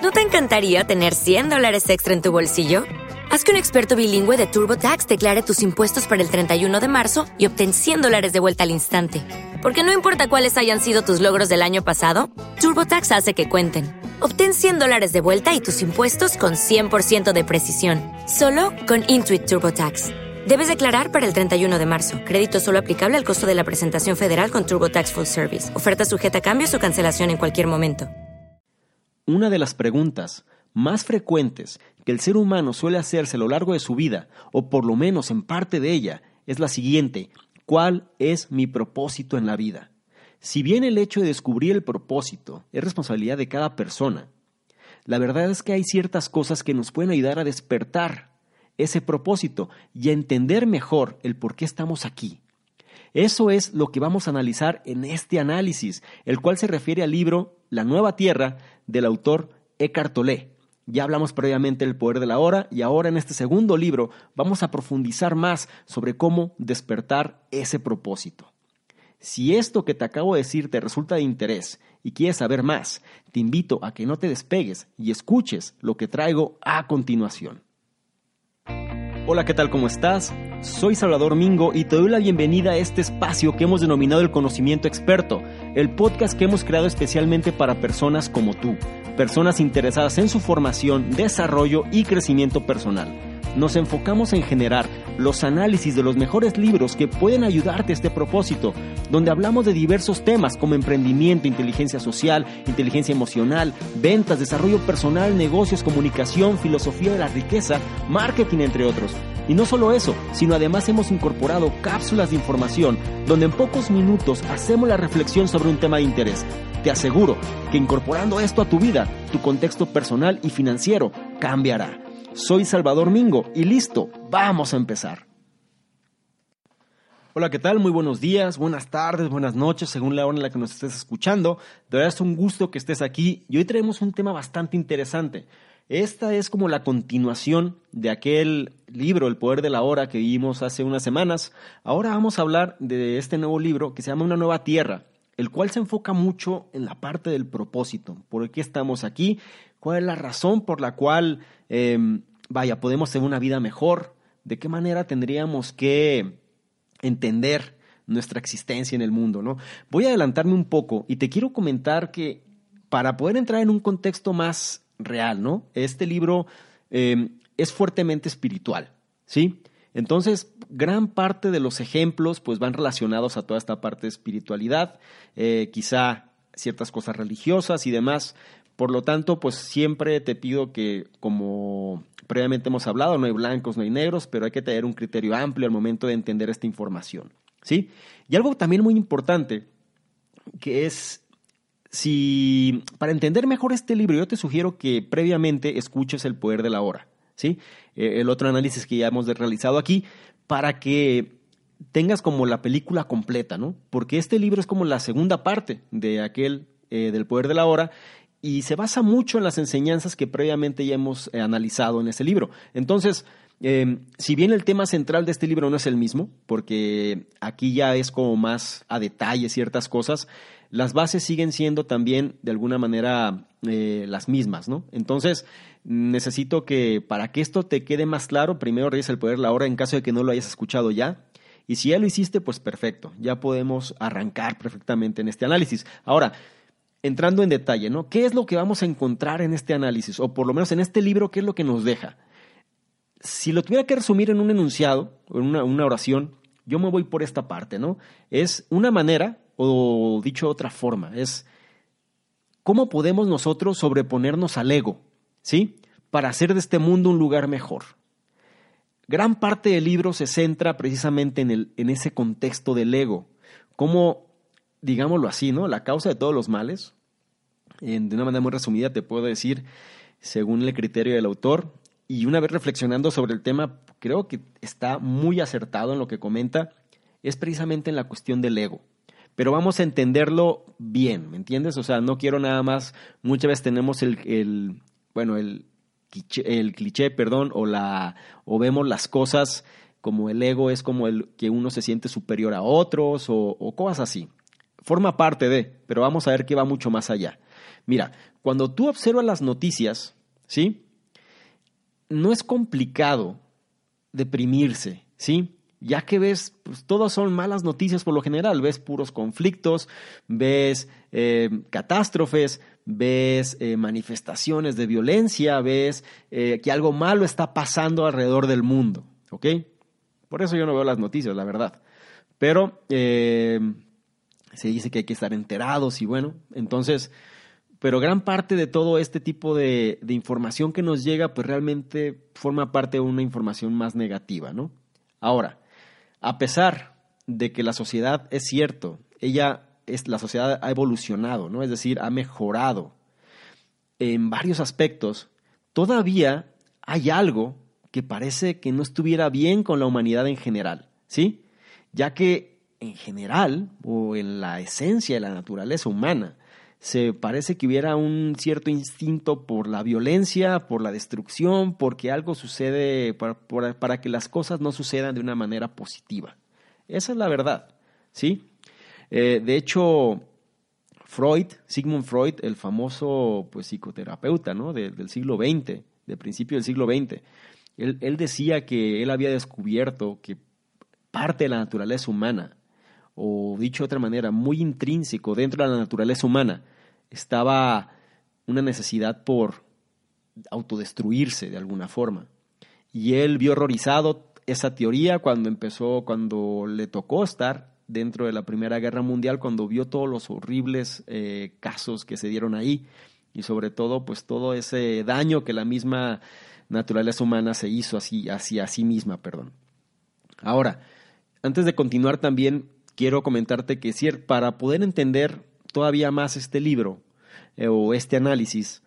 ¿No te encantaría tener $100 extra en tu bolsillo? Haz que un experto bilingüe de TurboTax declare tus impuestos para el 31 de marzo y obtén $100 de vuelta al instante. Porque no importa cuáles hayan sido tus logros del año pasado, TurboTax hace que cuenten. Obtén $100 de vuelta y tus impuestos con 100% de precisión. Solo con Intuit TurboTax. Debes declarar para el 31 de marzo. Crédito solo aplicable al costo de la presentación federal con TurboTax Full Service. Oferta sujeta a cambios o cancelación en cualquier momento. Una de las preguntas más frecuentes que el ser humano suele hacerse a lo largo de su vida, o por lo menos en parte de ella, es la siguiente: ¿cuál es mi propósito en la vida? Si bien el hecho de descubrir el propósito es responsabilidad de cada persona, la verdad es que hay ciertas cosas que nos pueden ayudar a despertar ese propósito y a entender mejor el por qué estamos aquí. Eso es lo que vamos a analizar en este análisis, el cual se refiere al libro La Nueva Tierra del autor Eckhart Tolle. Ya hablamos previamente del poder de la hora y ahora en este segundo libro vamos a profundizar más sobre cómo despertar ese propósito. Si esto que te acabo de decir te resulta de interés y quieres saber más, te invito a que no te despegues y escuches lo que traigo a continuación. Hola, ¿qué tal? ¿Cómo estás? Soy Salvador Mingo y te doy la bienvenida a este espacio que hemos denominado El Conocimiento Experto, el podcast que hemos creado especialmente para personas como tú, personas interesadas en su formación, desarrollo y crecimiento personal. Nos enfocamos en generar los análisis de los mejores libros que pueden ayudarte a este propósito, donde hablamos de diversos temas como emprendimiento, inteligencia social, inteligencia emocional, ventas, desarrollo personal, negocios, comunicación, filosofía de la riqueza, marketing, entre otros. Y no solo eso, sino además hemos incorporado cápsulas de información donde en pocos minutos hacemos la reflexión sobre un tema de interés. Te aseguro que incorporando esto a tu vida, tu contexto personal y financiero cambiará. Soy Salvador Mingo y listo, vamos a empezar. Hola, ¿qué tal? Muy buenos días, buenas tardes, buenas noches, según la hora en la que nos estés escuchando. De verdad es un gusto que estés aquí y hoy traemos un tema bastante interesante. Esta es como la continuación de aquel libro, El Poder de la Hora, que vimos hace unas semanas. Ahora vamos a hablar de este nuevo libro que se llama Una Nueva Tierra, el cual se enfoca mucho en la parte del propósito. ¿Por qué estamos aquí? ¿Cuál es la razón por la cual podemos tener una vida mejor? ¿De qué manera tendríamos que entender nuestra existencia en el mundo, ¿no? Voy a adelantarme un poco y te quiero comentar que para poder entrar en un contexto más real, ¿no? Este libro es fuertemente espiritual, ¿sí? Entonces, gran parte de los ejemplos pues van relacionados a toda esta parte de espiritualidad, quizá ciertas cosas religiosas y demás. Por lo tanto, pues siempre te pido que, como previamente hemos hablado, no hay blancos, no hay negros, pero hay que tener un criterio amplio al momento de entender esta información, ¿sí? Y algo también muy importante, que es, para entender mejor este libro, yo te sugiero que previamente escuches El Poder de la Hora, ¿sí? El otro análisis que ya hemos realizado aquí, para que tengas como la película completa, ¿no? Porque este libro es como la segunda parte de aquel del Poder de la Hora, y se basa mucho en las enseñanzas que previamente ya hemos analizado en ese libro. Entonces, si bien el tema central de este libro no es el mismo, porque aquí ya es como más a detalle ciertas cosas, las bases siguen siendo también de alguna manera las mismas, ¿no? Entonces, necesito que para que esto te quede más claro, primero regresa El Poder de la Hora en caso de que no lo hayas escuchado ya. Y si ya lo hiciste, pues perfecto, ya podemos arrancar perfectamente en este análisis. Ahora, entrando en detalle, ¿no? ¿Qué es lo que vamos a encontrar en este análisis? O por lo menos en este libro, ¿qué es lo que nos deja? Si lo tuviera que resumir en un enunciado, o en una oración, yo me voy por esta parte, ¿no? Es una manera, o dicho de otra forma, es cómo podemos nosotros sobreponernos al ego, ¿sí? Para hacer de este mundo un lugar mejor. Gran parte del libro se centra precisamente en ese contexto del ego, cómo, digámoslo así, ¿no? La causa de todos los males, de una manera muy resumida te puedo decir, según el criterio del autor, y una vez reflexionando sobre el tema, creo que está muy acertado en lo que comenta, es precisamente en la cuestión del ego. Pero vamos a entenderlo bien, ¿me entiendes? O sea, no quiero nada más, muchas veces tenemos el cliché, o vemos las cosas como el ego es como el que uno se siente superior a otros o cosas así. Forma parte de, pero vamos a ver que va mucho más allá. Mira, cuando tú observas las noticias, ¿sí? No es complicado deprimirse, ¿sí? Ya que ves, pues todas son malas noticias por lo general, ves puros conflictos, ves catástrofes, ves manifestaciones de violencia, ves que algo malo está pasando alrededor del mundo, ¿ok? Por eso yo no veo las noticias, la verdad. Pero se dice que hay que estar enterados y bueno, entonces... Pero gran parte de todo este tipo de información que nos llega, pues realmente forma parte de una información más negativa, ¿no? Ahora, a pesar de que la sociedad, es cierto, la sociedad ha evolucionado, ¿no? Es decir, ha mejorado en varios aspectos, todavía hay algo que parece que no estuviera bien con la humanidad en general, ¿sí? Ya que en general, o en la esencia de la naturaleza humana, se parece que hubiera un cierto instinto por la violencia, por la destrucción, porque algo sucede para que las cosas no sucedan de una manera positiva. Esa es la verdad, ¿sí? De hecho, Sigmund Freud, el famoso pues, psicoterapeuta, ¿no? del siglo XX, del principio del siglo XX, él decía que él había descubierto que parte de la naturaleza humana, o dicho de otra manera, muy intrínseco dentro de la naturaleza humana, estaba una necesidad por autodestruirse de alguna forma. Y él vio horrorizado esa teoría cuando le tocó estar dentro de la Primera Guerra Mundial, cuando vio todos los horribles casos que se dieron ahí y sobre todo pues todo ese daño que la misma naturaleza humana se hizo hacia sí misma. Ahora, antes de continuar también quiero comentarte que para poder entender todavía más este libro o este análisis,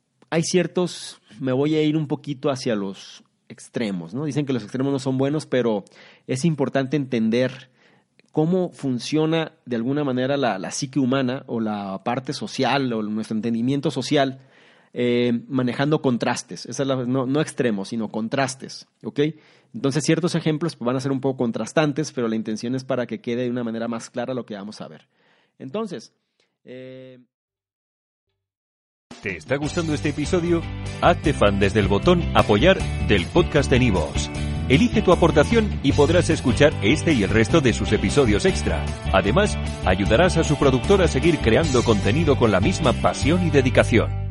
me voy a ir un poquito hacia los extremos, ¿no? Dicen que los extremos no son buenos, pero es importante entender cómo funciona de alguna manera la psique humana o la parte social o nuestro entendimiento social manejando contrastes. No extremos, sino contrastes, ¿ok? Entonces ciertos ejemplos pues, van a ser un poco contrastantes, pero la intención es para que quede de una manera más clara lo que vamos a ver. Entonces... ¿Te está gustando este episodio? Hazte fan desde el botón Apoyar del podcast de Nivos. Elige tu aportación y podrás escuchar este y el resto de sus episodios extra. Además, ayudarás a su productor a seguir creando contenido con la misma pasión y dedicación.